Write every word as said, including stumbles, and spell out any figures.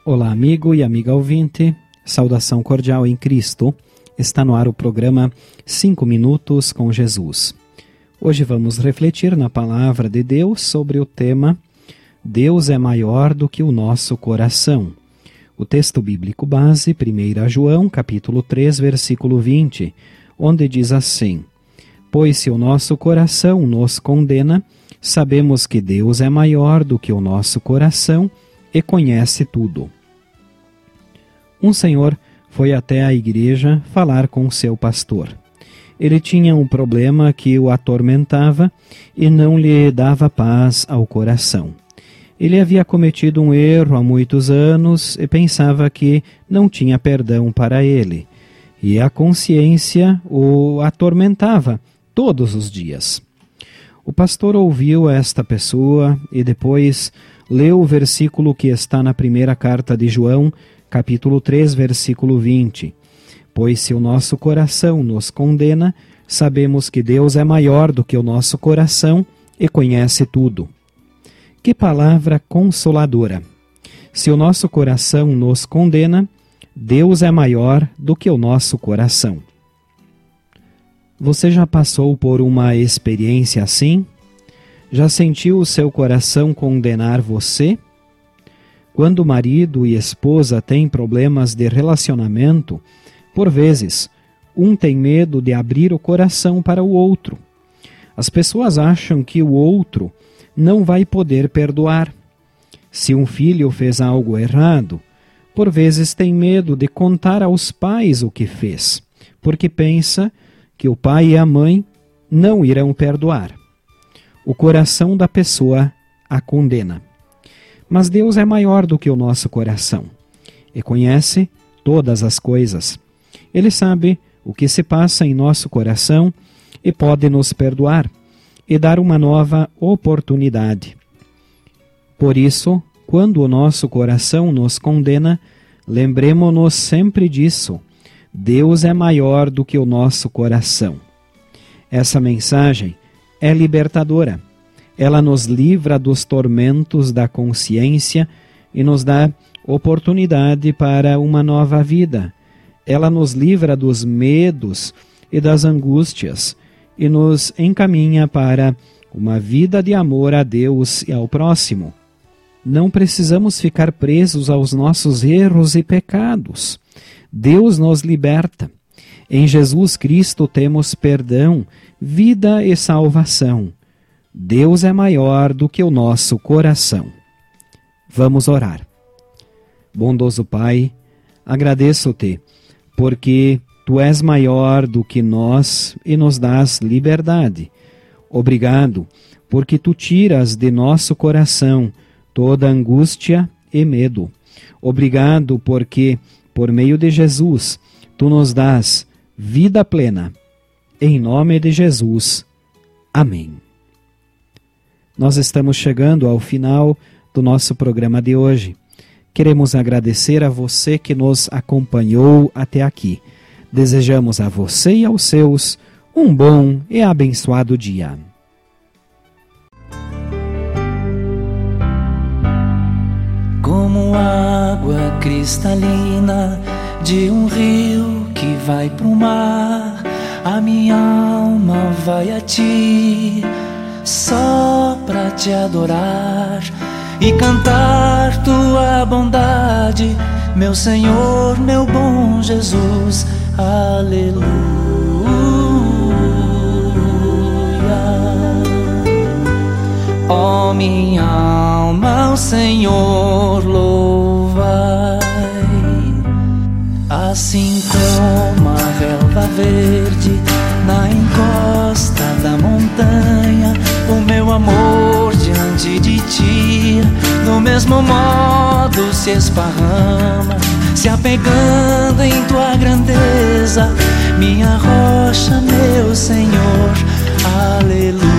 Olá, amigo e amiga ouvinte, saudação cordial em Cristo. Está no ar o programa cinco minutos com Jesus. Hoje vamos refletir na palavra de Deus sobre o tema Deus é maior do que o nosso coração. O texto bíblico base, primeira João, capítulo três, versículo vinte, onde diz assim: Pois se o nosso coração nos condena, sabemos que Deus é maior do que o nosso coração e conhece tudo. Um senhor foi até a igreja falar com seu pastor. Ele tinha um problema que o atormentava e não lhe dava paz ao coração. Ele havia cometido um erro há muitos anos e pensava que não tinha perdão para ele. E a consciência o atormentava todos os dias. O pastor ouviu esta pessoa e depois leu o versículo que está na primeira carta de João, capítulo três, versículo vinte. Pois se o nosso coração nos condena, sabemos que Deus é maior do que o nosso coração e conhece tudo. Que palavra consoladora! Se o nosso coração nos condena, Deus é maior do que o nosso coração. Você já passou por uma experiência assim? Já sentiu o seu coração condenar você? Quando marido e esposa têm problemas de relacionamento, por vezes, um tem medo de abrir o coração para o outro. As pessoas acham que o outro não vai poder perdoar. Se um filho fez algo errado, por vezes tem medo de contar aos pais o que fez, porque pensa que o pai e a mãe não irão perdoar. O coração da pessoa a condena. Mas Deus é maior do que o nosso coração e conhece todas as coisas. Ele sabe o que se passa em nosso coração e pode nos perdoar e dar uma nova oportunidade. Por isso, quando o nosso coração nos condena, lembremo-nos sempre disso. Deus é maior do que o nosso coração. Essa mensagem é libertadora. Ela nos livra dos tormentos da consciência e nos dá oportunidade para uma nova vida. Ela nos livra dos medos e das angústias e nos encaminha para uma vida de amor a Deus e ao próximo. Não precisamos ficar presos aos nossos erros e pecados. Deus nos liberta. Em Jesus Cristo temos perdão, vida e salvação. Deus é maior do que o nosso coração. Vamos orar. Bondoso Pai, agradeço-te, porque Tu és maior do que nós e nos dás liberdade. Obrigado, porque Tu tiras de nosso coração toda angústia e medo. Obrigado, porque, por meio de Jesus, Tu nos dás vida plena. Em nome de Jesus. Amém. Nós estamos chegando ao final do nosso programa de hoje. Queremos agradecer a você que nos acompanhou até aqui. Desejamos a você e aos seus um bom e abençoado dia. Como água cristalina de um rio que vai pro mar, a minha alma vai a ti, só pra te adorar e cantar tua bondade, meu Senhor, meu bom Jesus, aleluia. Ó minha alma, o Senhor louvai, assim como a relva verde na encosta da montanha, o meu amor diante de ti, do mesmo modo se esparrama, se apegando em tua grandeza, minha rocha, meu Senhor, aleluia.